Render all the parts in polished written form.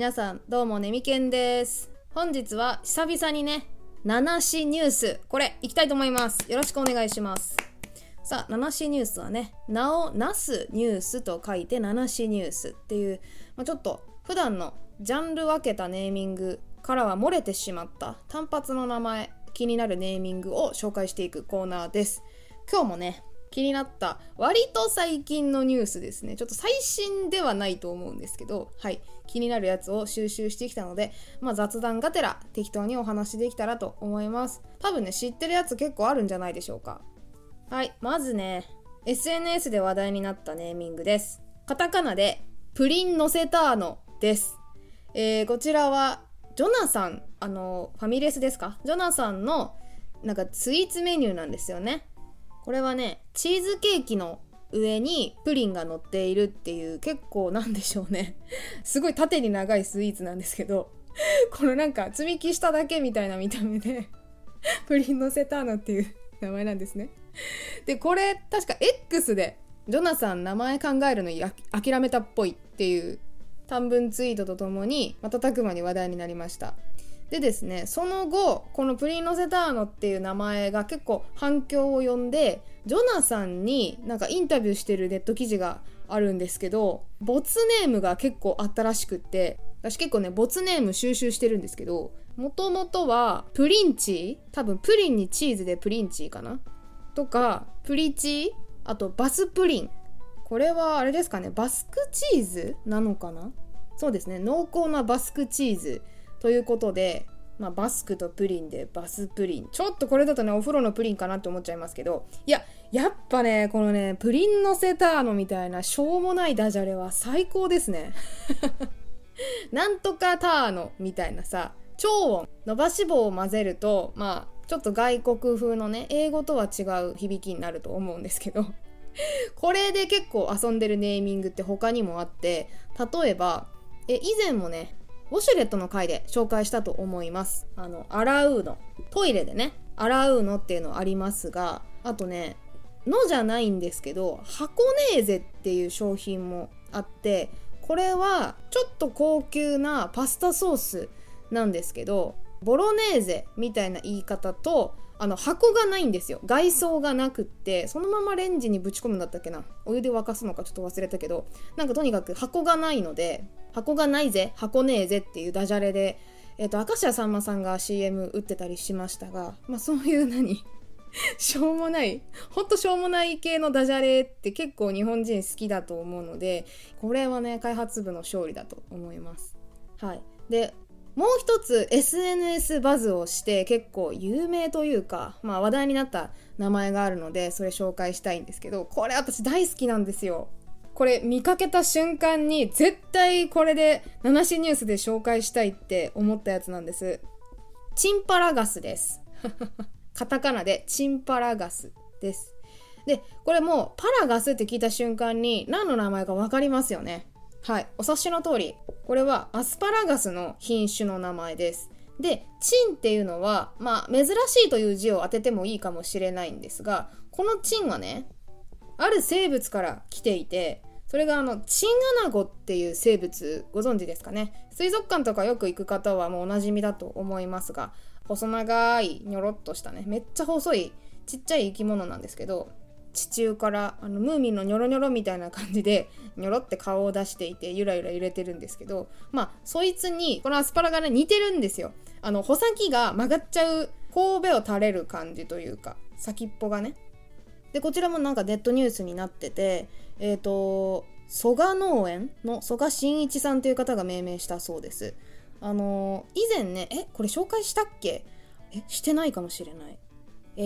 皆さんどうもねみけんです。本日は久々にね七種ニュースこれいきたいと思います。よろしくお願いします。さあ七種ニュースはね名をなすニュースと書いて七種ニュースっていう、ちょっと普段のジャンル分けたネーミングからは漏れてしまった単発の名前、気になるネーミングを紹介していくコーナーです。今日もね気になった割と最近のニュースですね。ちょっと最新ではないと思うんですけど、気になるやつを収集してきたので、雑談がてら適当にお話できたらと思います。多分ね知ってるやつ結構あるんじゃないでしょうか。まずね SNS で話題になったネーミングです。カタカナでプリンノセターノです。こちらはジョナサンファミレスですか、ジョナサンのなんかスイーツメニューなんですよね。これはねチーズケーキの上にプリンが乗っているっていう、結構なんでしょうねすごい縦に長いスイーツなんですけど、このなんか積み木しただけみたいな見た目でプリンノセターノっていう名前なんですね。でこれ確か X でジョナサン名前考えるの諦めたっぽいっていう短文ツイートとともに瞬く間に話題になりました。でですね、その後このプリンノセターノっていう名前が結構反響を呼んで、ジョナサンになんかインタビューしてるネット記事があるんですけど、ボツネームが結構あったらしくって、私結構ねボツネーム収集してるんですけど、もともとはプリンチー、多分プリンにチーズでプリンチーかなとか、プリチー、あとバスプリン、これはあれですかね、バスクチーズなのかな。そうですね、濃厚なバスクチーズということで、バスクとプリンでバスプリン、ちょっとこれだとねお風呂のプリンかなって思っちゃいますけど、やっぱねこのねプリンノセターノみたいなしょうもないダジャレは最高ですねなんとかターノみたいなさ、超音伸ばし棒を混ぜるとちょっと外国風のね英語とは違う響きになると思うんですけどこれで結構遊んでるネーミングって他にもあって、例えば以前もねウォシュレットの回で紹介したと思います。アラウーノ、トイレでねアラウーノっていうのありますが、あとねのじゃないんですけど箱ネーゼっていう商品もあって、これはちょっと高級なパスタソースなんですけど、ボロネーゼみたいな言い方と箱がないんですよ。外装がなくってそのままレンジにぶち込むんだったっけな、お湯で沸かすのかちょっと忘れたけど、なんかとにかく箱がないので、箱がないぜ箱ねえぜっていうダジャレで、明石家さんまさんが CM 打ってたりしましたが、そういうしょうもない、ほんとしょうもない系のダジャレって結構日本人好きだと思うので、これはね開発部の勝利だと思います。でもう一つ SNS バズをして結構有名というか、話題になった名前があるのでそれ紹介したいんですけど、これ私大好きなんですよ。これ見かけた瞬間に絶対これで七種ニュースで紹介したいって思ったやつなんです。チンパラガスですカタカナでチンパラガスです。でこれもうパラガスって聞いた瞬間に何の名前か分かりますよね。お察しの通り、これはアスパラガスの品種の名前です。で、チンっていうのは、珍しいという字を当ててもいいかもしれないんですが、このチンはね、ある生物から来ていて、それがチンアナゴっていう生物、ご存知ですかね。水族館とかよく行く方はもうおなじみだと思いますが、細長いニョロっとしたね、めっちゃ細いちっちゃい生き物なんですけど、地中からムーミンのニョロニョロみたいな感じでニョロって顔を出していてゆらゆら揺れてるんですけど、そいつにこのアスパラがね似てるんですよ。穂先が曲がっちゃう、神戸を垂れる感じというか先っぽがね。でこちらもなんかネットニュースになってて、蘇我農園の蘇我真一さんという方が命名したそうです。以前ねこれ紹介したっけ、してないかもしれない。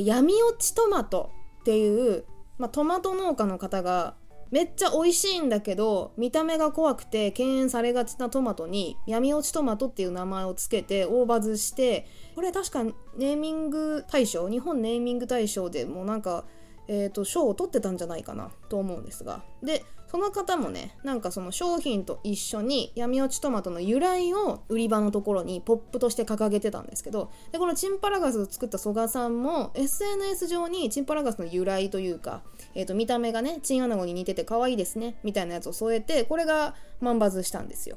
闇落ちトマトっていうトマト農家の方がめっちゃ美味しいんだけど見た目が怖くて敬遠されがちなトマトに闇落ちトマトっていう名前をつけて大バズして、これ確かネーミング大賞、日本ネーミング大賞でもなんか賞を取ってたんじゃないかなと思うんですが、でその方もねなんかその商品と一緒に闇落ちトマトの由来を売り場のところにポップとして掲げてたんですけど、でこのチンパラガスを作った蘇我さんも SNS 上にチンパラガスの由来というか、見た目がねチンアナゴに似てて可愛いですねみたいなやつを添えて、これが万バズしたんですよ。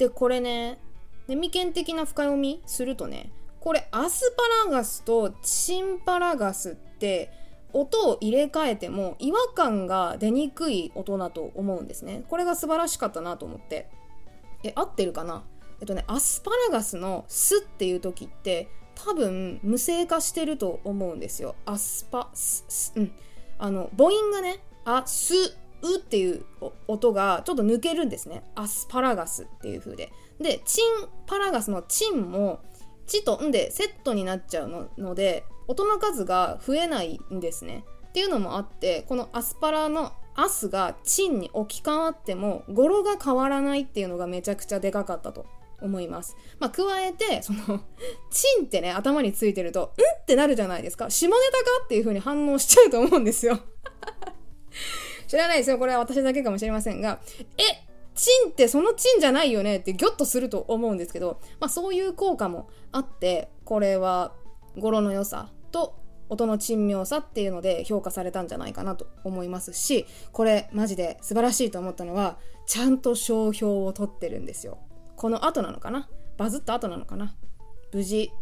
でこれね、で未見的な深読みするとね、これアスパラガスとチンパラガスって音を入れ替えても違和感が出にくい音だと思うんですね。これが素晴らしかったなと思って。合ってるかな。アスパラガスのスっていう時って多分無声化してると思うんですよ。アスパス、母音がね、アスうっていう音がちょっと抜けるんですね。アスパラガスっていう風で。で、チンパラガスのチンもチとんでセットになっちゃうので、音の数が増えないんですね。っていうのもあって、このアスパラのアスがチンに置き換わっても語呂が変わらないっていうのがめちゃくちゃでかかったと思います。加えてチンってね、頭についてるとってなるじゃないですか。下ネタかっていう風に反応しちゃうと思うんですよ。知らないですよ、これは私だけかもしれませんが、チンってそのチンじゃないよねってギョッとすると思うんですけど、そういう効果もあって、これは語呂の良さと音の珍妙さっていうので評価されたんじゃないかなと思いますし、これマジで素晴らしいと思ったのは、ちゃんと商標を取ってるんですよ。この後なのかな、バズった後なのかな、無事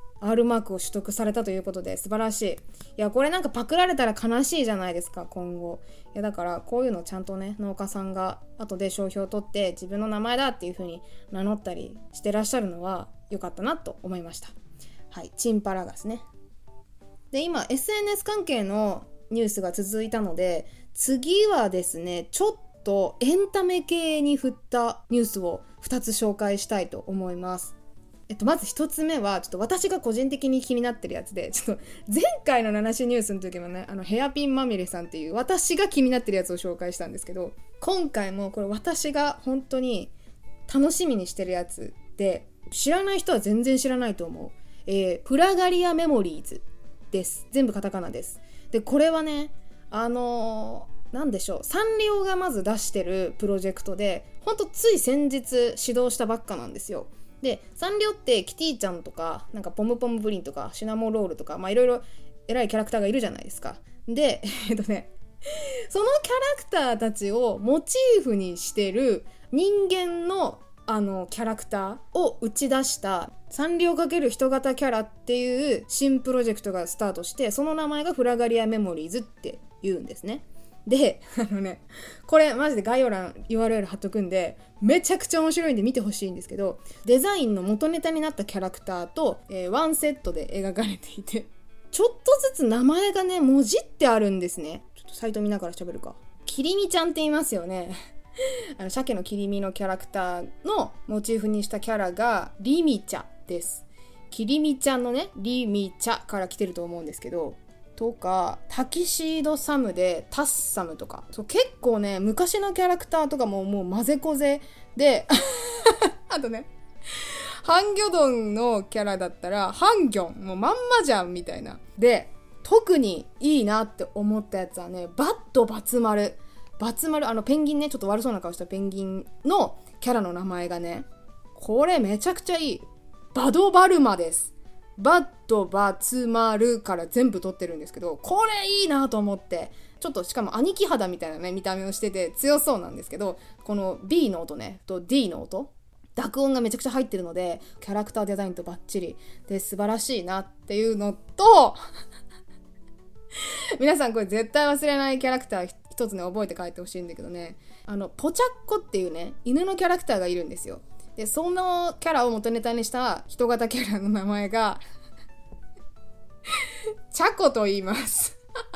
R マークを取得されたということで素晴らしい。いや、これなんかパクられたら悲しいじゃないですか、今後。いや、だからこういうのちゃんとね、農家さんが後で商標を取って自分の名前だっていう風に名乗ったりしてらっしゃるのは良かったなと思いました。はい、チンパラガスね。で、今 SNS 関係のニュースが続いたので、次はですね、ちょっとエンタメ系に振ったニュースを2つ紹介したいと思います。まず1つ目はちょっと私が個人的に気になってるやつで、ちょっと前回の7種ニュースの時もね、ヘアピンまみれさんっていう私が気になってるやつを紹介したんですけど、今回もこれ私が本当に楽しみにしてるやつで、知らない人は全然知らないと思う。フラガリアメモリーズです。全部カタカナです。で、これはね、なんでしょう、サンリオがまず出してるプロジェクトで、ほんとつい先日始動したばっかなんですよ。で、サンリオってキティちゃんとか、なんかポムポムプリンとかシナモロールとか、いろいろ偉いキャラクターがいるじゃないですか。で、そのキャラクターたちをモチーフにしてる人間のキャラクターを打ち出したサンリオ×人型キャラっていう新プロジェクトがスタートして、その名前がフラガリアメモリーズって言うんですね。で、これマジで概要欄 URL 貼っとくんで、めちゃくちゃ面白いんで見てほしいんですけど、デザインの元ネタになったキャラクターと、ワンセットで描かれていて、ちょっとずつ名前がね、文字ってあるんですね。ちょっとサイト見ながら喋るか。キリミちゃんって言いますよね。鮭の切り身のキャラクターのモチーフにしたキャラがリミチャです。キリミちゃんのね、リミチャから来てると思うんですけど、とかタキシードサムでタッサムとか、そう結構ね、昔のキャラクターとかももう混ぜこぜであとね、ハンギョドンのキャラだったらハンギョンもうまんまじゃんみたいな。で、特にいいなって思ったやつはね、バッドバツマル、ペンギンね、ちょっと悪そうな顔したペンギンのキャラの名前がね、これめちゃくちゃいい。バドバルマです。バッドバツマルから全部取ってるんですけど、これいいなと思って、ちょっとしかも兄貴肌みたいなね、見た目をしてて強そうなんですけど、この B の音ねと D の音、濁音がめちゃくちゃ入ってるので、キャラクターデザインとバッチリで素晴らしいなっていうのと皆さんこれ絶対忘れないキャラクター一つね、覚えて帰ってほしいんだけどね、ポチャッコっていうね、犬のキャラクターがいるんですよ。で、そのキャラを元ネタにした人型キャラの名前がチャコと言います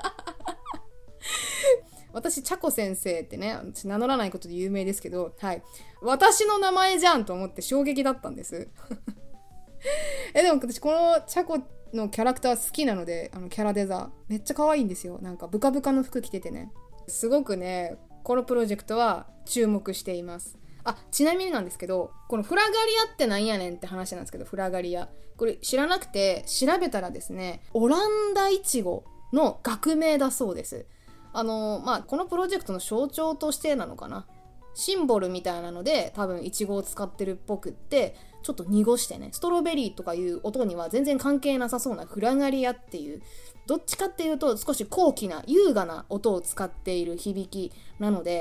私、チャコ先生ってね、名乗らないことで有名ですけど、はい、私の名前じゃんと思って衝撃だったんですでも私このチャコのキャラクター好きなので、キャラデザめっちゃ可愛いんですよ。なんかブカブカの服着ててね、すごくね、このプロジェクトは注目しています。ちなみになんですけど、このフラガリアってなんやねんって話なんですけど、フラガリア。これ知らなくて調べたらですね、オランダイチゴの学名だそうです。このプロジェクトの象徴としてなのかな。シンボルみたいなので多分イチゴを使ってるっぽくって、ちょっと濁してね、ストロベリーとかいう音には全然関係なさそうなフラガリアっていう、どっちかっていうと少し高貴な優雅な音を使っている響きなので、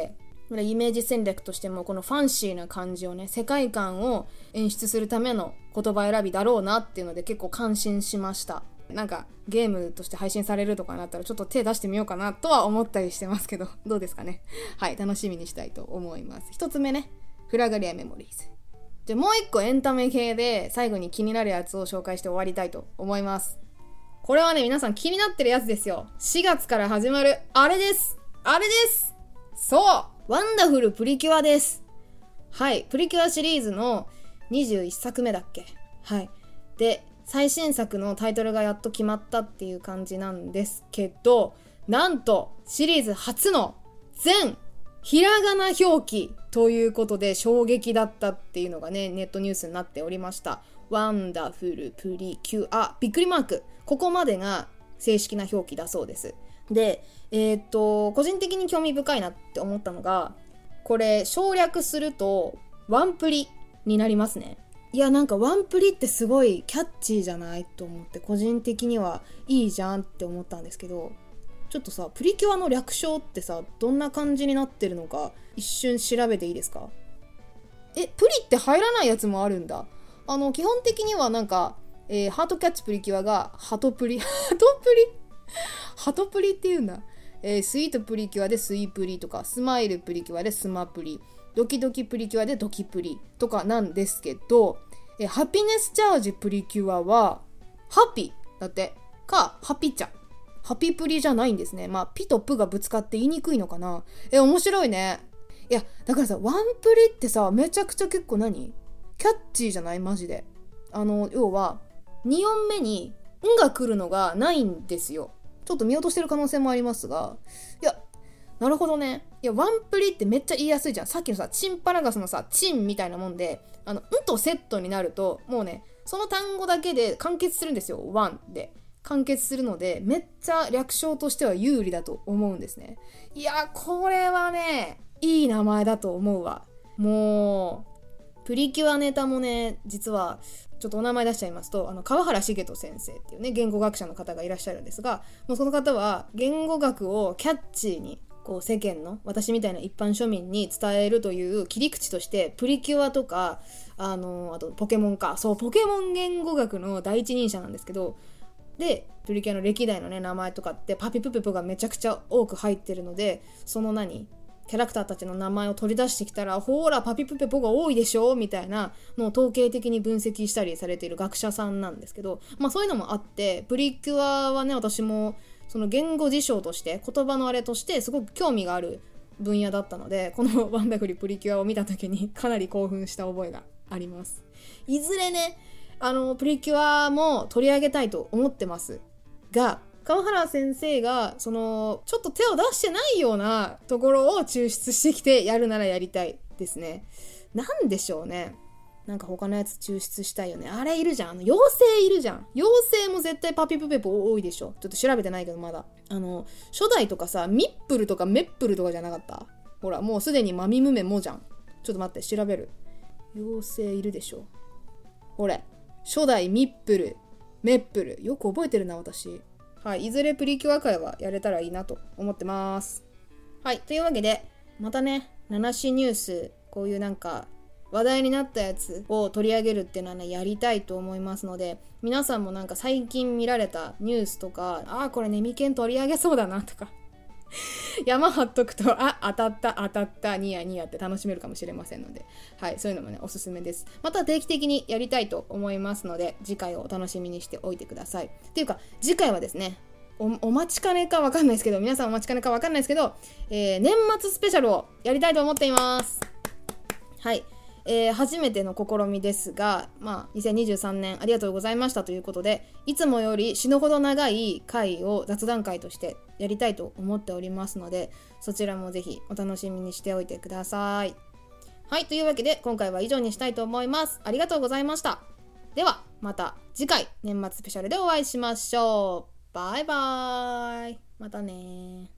イメージ戦略としてもこのファンシーな感じをね、世界観を演出するための言葉選びだろうなっていうので結構感心しました。なんかゲームとして配信されるとかなったらちょっと手出してみようかなとは思ったりしてますけど、どうですかね。はい、楽しみにしたいと思います。一つ目ね、フラガリアメモリーズ。じゃあもう一個エンタメ系で最後に気になるやつを紹介して終わりたいと思います。これはね、皆さん気になってるやつですよ。4月から始まるあれです。そう、ワンダフルプリキュアです。はい、プリキュアシリーズの21作目だっけ。はい。で、最新作のタイトルがやっと決まったっていう感じなんですけど、なんとシリーズ初の全ひらがな表記ということで衝撃だったっていうのがね、ネットニュースになっておりました。ワンダフルプリキュアびっくりマーク、ここまでが正式な表記だそうです。で、個人的に興味深いなって思ったのが、これ省略するとワンプリになりますね。いや、なんかワンプリってすごいキャッチーじゃないと思って、個人的にはいいじゃんって思ったんですけど、ちょっとさ、プリキュアの略称ってさ、どんな感じになってるのか一瞬調べていいですか？プリって入らないやつもあるんだ。基本的にはなんか、ハートキャッチプリキュアがハトプリハトプリって言うんだ。スイートプリキュアでスイプリとか、スマイルプリキュアでスマプリ、ドキドキプリキュアでドキプリとかなんですけど、ハピネスチャージプリキュアはハピだってかハピチャ、ハピプリじゃないんですね。まあピとプがぶつかって言いにくいのかな。面白いね。いやだからさ、ワンプリってさ、めちゃくちゃ結構キャッチーじゃない？マジで。要は2音目にんが来るのがないんですよ。ちょっと見落としてる可能性もありますが、いやなるほどね。いや、ワンプリってめっちゃ言いやすいじゃん。さっきのさ、チンパラガスのさ、チンみたいなもんで、んとセットになると、もうね、その単語だけで完結するんですよ。ワンで。完結するので、めっちゃ略称としては有利だと思うんですね。いや、これはね、いい名前だと思うわ。もう、プリキュアネタもね、実は、ちょっとお名前出しちゃいますと、川原茂人先生っていうね、言語学者の方がいらっしゃるんですが、もうその方は言語学をキャッチーに、こう世間の私みたいな一般庶民に伝えるという切り口としてプリキュアとかあとポケモンか、そうポケモン言語学の第一人者なんですけど、でプリキュアの歴代のね名前とかってパピプペポがめちゃくちゃ多く入ってるので、そのキャラクターたちの名前を取り出してきたら、ほーらパピプペポが多いでしょみたいなのを統計的に分析したりされている学者さんなんですけど、まあそういうのもあって、プリキュアはね、私もその言語辞書として言葉のあれとしてすごく興味がある分野だったので、このワンダフルプリキュアを見た時にかなり興奮した覚えがあります。いずれね、プリキュアも取り上げたいと思ってますが、川原先生がちょっと手を出してないようなところを抽出してきてやるならやりたいですね。なんでしょうね。なんか他のやつ抽出したいよね。あれいるじゃん。妖精いるじゃん。妖精も絶対パピプペポ多いでしょ。ちょっと調べてないけどまだ。初代とかさ、ミップルとかメップルとかじゃなかった？ほら、もうすでにマミムメもじゃん。ちょっと待って、調べる。妖精いるでしょ。ほれ。初代ミップル、メップル。よく覚えてるな、私。はい。いずれプリキュア会はやれたらいいなと思ってます。はい。というわけで、またね、七種ニュース、こういうなんか、話題になったやつを取り上げるっていうのはね、やりたいと思いますので、皆さんもなんか最近見られたニュースとか、これネミケン取り上げそうだなとか山張っとくと、当たったニヤニヤって楽しめるかもしれませんので、はい、そういうのもねおすすめです。また定期的にやりたいと思いますので、次回をお楽しみにしておいてください。っていうか次回はですね、お待ちかねかわかんないですけど、皆さんお待ちかねかわかんないですけど、年末スペシャルをやりたいと思っています。はい。初めての試みですが、2023年ありがとうございましたということで、いつもより死ぬほど長い回を雑談会としてやりたいと思っておりますので、そちらもぜひお楽しみにしておいてください。はい、というわけで今回は以上にしたいと思います。ありがとうございました。ではまた次回年末スペシャルでお会いしましょう。バイバーイ。またね。